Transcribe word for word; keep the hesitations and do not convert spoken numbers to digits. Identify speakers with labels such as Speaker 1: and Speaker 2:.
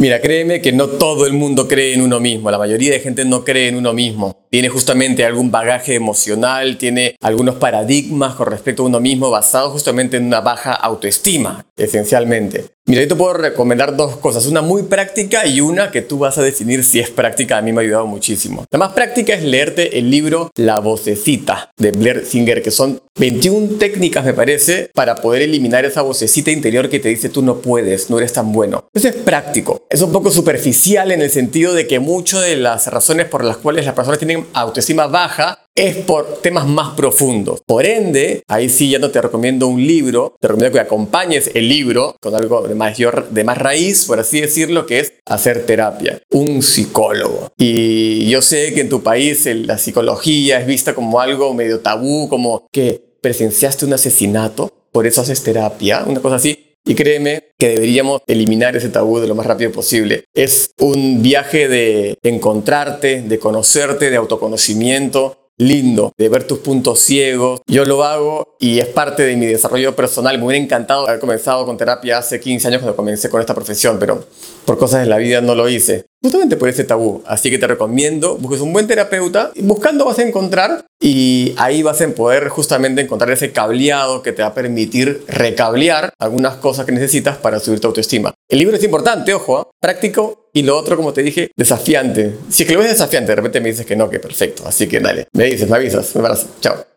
Speaker 1: Mira, créeme que no todo el mundo cree en uno mismo. La mayoría de gente no cree en uno mismo. Tiene justamente algún bagaje emocional, tiene algunos paradigmas con respecto a uno mismo basados justamente en una baja autoestima, esencialmente. Mira, yo te puedo recomendar dos cosas, una muy práctica y una que tú vas a definir si es práctica. A mí me ha ayudado muchísimo. La más práctica es leerte el libro La vocecita de Blair Singer, que son veintiuna técnicas, me parece, para poder eliminar esa vocecita interior que te dice tú no puedes, no eres tan bueno. Eso es práctico. Es un poco superficial en el sentido de que muchas de las razones por las cuales las personas tienen autoestima baja es por temas más profundos. Por ende, ahí sí ya no te recomiendo un libro, te recomiendo que acompañes el libro con algo de mayor, de más raíz, por así decirlo, que es hacer terapia. Un psicólogo. Y yo sé que en tu país la psicología es vista como algo medio tabú, como que presenciaste un asesinato, por eso haces terapia, una cosa así. Y créeme que deberíamos eliminar ese tabú de lo más rápido posible. Es un viaje de encontrarte, de conocerte, de autoconocimiento, lindo, de ver tus puntos ciegos. Yo lo hago y es parte de mi desarrollo personal. Me hubiera encantado haber comenzado con terapia hace quince años cuando comencé con esta profesión, pero por cosas de la vida no lo hice. Justamente por ese tabú. Así que te recomiendo, busques un buen terapeuta. Buscando vas a encontrar y ahí vas a poder justamente encontrar ese cableado que te va a permitir recablear algunas cosas que necesitas para subir tu autoestima. El libro es importante, ojo, ¿eh? Práctico, y lo otro, como te dije, desafiante. Si es que lo ves desafiante, de repente me dices que no, que perfecto. Así que dale, me dices, me avisas. Un abrazo. Chao.